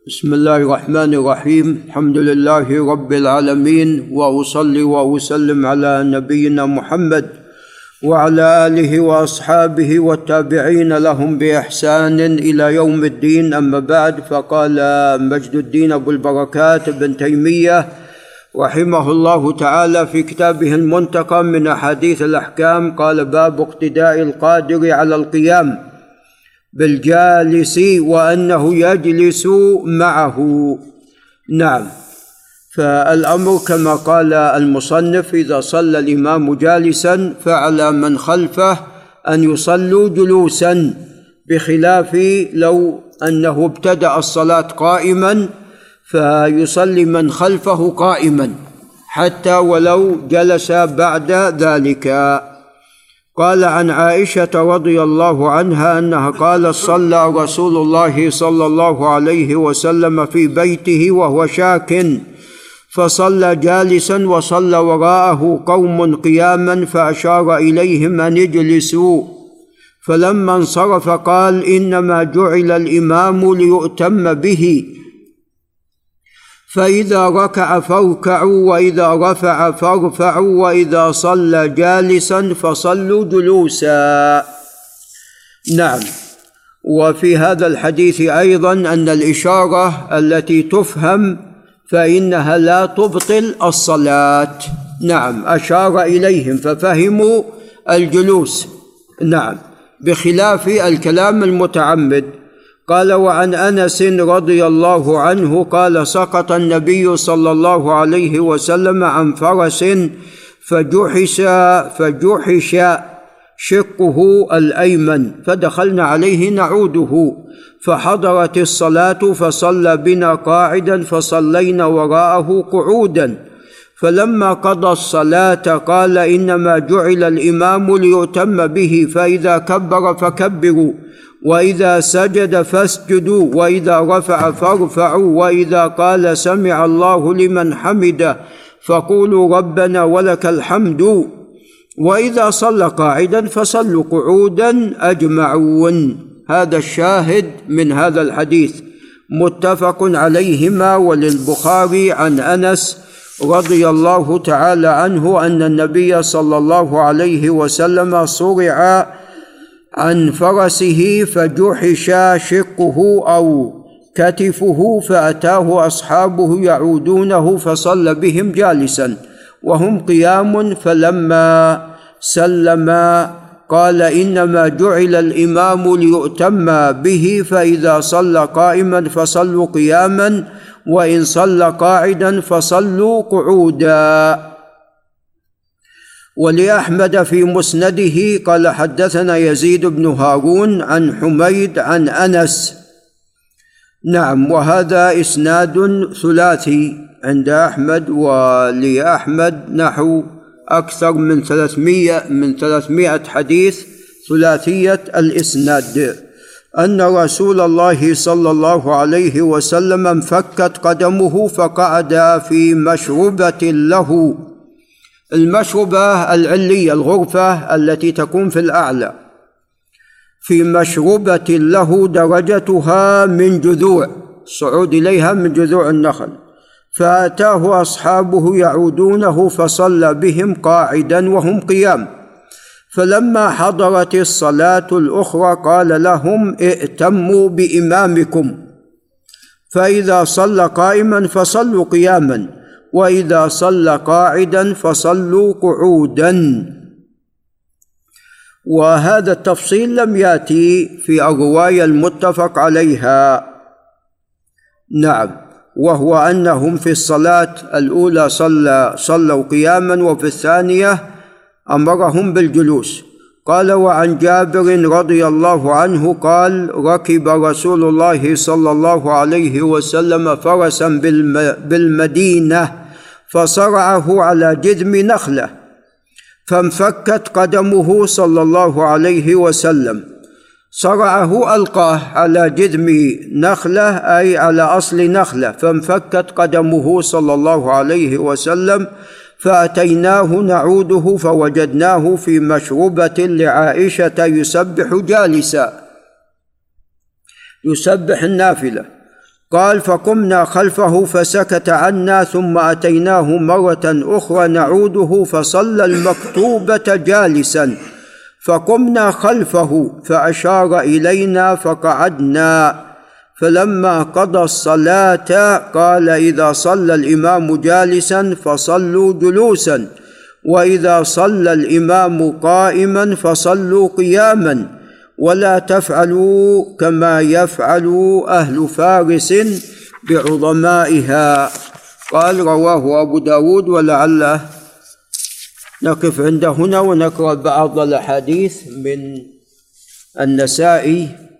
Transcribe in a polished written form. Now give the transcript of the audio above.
بسم الله الرحمن الرحيم. الحمد لله رب العالمين، وأصلي وأسلم على نبينا محمد وعلى آله وأصحابه والتابعين لهم بإحسان إلى يوم الدين. أما بعد، فقال مجد الدين أبو البركات ابن تيمية رحمه الله تعالى في كتابه المنتقى من أحاديث الأحكام، قال: باب اقتداء القادر على القيام بالجالس وأنه يجلس معه. نعم، فالأمر كما قال المصنف: إذا صلى الإمام جالسا فعلى من خلفه أن يصلوا جلوسا، بخلاف لو أنه ابتدأ الصلاة قائما فيصلي من خلفه قائما حتى ولو جلس بعد ذلك. قال عن عائشة رضي الله عنها أنها قالت: صلى رسول الله صلى الله عليه وسلم في بيته وهو شاك، فصلى جالسا وصلى وراءه قوم قياما، فأشار إليهم أن يجلسوا، فلما انصرف قال: إنما جعل الإمام ليؤتم به، فإذا ركع فاركعوا، وإذا رفع فارفعوا، وإذا صلى جالسا فصلوا جلوسا. نعم، وفي هذا الحديث أيضا أن الإشارة التي تفهم فإنها لا تبطل الصلاة. نعم، أشار إليهم ففهموا الجلوس، نعم، بخلاف الكلام المتعمد. قال: وعن أنس رضي الله عنه قال: سقط النبي صلى الله عليه وسلم عن فرس فجحش شقه الأيمن، فدخلنا عليه نعوده، فحضرت الصلاة فصلى بنا قاعدا، فصلينا وراءه قعودا، فلما قضى الصلاة قال: إنما جعل الإمام ليؤتم به، فإذا كبر فكبروا، وإذا سجد فاسجدوا، وإذا رفع فارفعوا، وإذا قال سمع الله لمن حمده فقولوا ربنا ولك الحمد، وإذا صلى قاعدا فصلوا قعودا أجمعون. هذا الشاهد من هذا الحديث، متفق عليهما، وللبخاري عن أنس رضي الله تعالى عنه أن النبي صلى الله عليه وسلم صرع عن فرسه فجحش شقه أو كتفه، فأتاه أصحابه يعودونه فصلى بهم جالسا وهم قيام، فلما سلم قال: إنما جعل الإمام ليؤتم به، فإذا صلى قائما فصلوا قياما، وإن صلى قاعدا فصلوا قعودا. ولأحمد في مسنده قال: حدثنا يزيد بن هارون عن حميد عن أنس. نعم، وهذا إسناد ثلاثي عند أحمد، ولأحمد نحو أكثر من 300 حديث ثلاثية الإسناد، أن رسول الله صلى الله عليه وسلم انفكت قدمه فقعد في مشربة له. المشربة العلية، الغرفة التي تكون في الأعلى، في مشربة له درجتها من جذوع، الصعود إليها من جذوع النخل، فأتاه أصحابه يعودونه فصلى بهم قاعدا وهم قيام، فلما حضرت الصلاة الأخرى قال لهم: ائتموا بإمامكم، فإذا صلى قائما فصلوا قياما، وإذا صلى قاعدا فصلوا قعودا. وهذا التفصيل لم يأتي في الرواية المتفق عليها. نعم، وهو أنهم في الصلاة الأولى صلوا قياما، وفي الثانية أمرهم بالجلوس. قال: وعن جابر رضي الله عنه قال: ركب رسول الله صلى الله عليه وسلم فرسا بالمدينة، فصرعه على جذم نخلة، فانفكت قدمه صلى الله عليه وسلم. صرعه ألقاه على جذم نخلة، أي على أصل نخلة، فانفكت قدمه صلى الله عليه وسلم، فأتيناه نعوده فوجدناه في مشربة لعائشة يسبح جالسا، يسبح النافلة. قال: فقمنا خلفه فسكت عنا، ثم أتيناه مرة أخرى نعوده فصلى المكتوبة جالسا، فقمنا خلفه فأشار إلينا فقعدنا، فلما قضى الصلاة قال: إذا صلى الإمام جالسا فصلوا جلوسا، وإذا صلى الإمام قائما فصلوا قياما، ولا تفعلوا كما يفعل أهل فارس بعظمائها. قال: رواه أبو داود. ولعله نقف عند هنا ونقرأ بعض الأحاديث من النسائي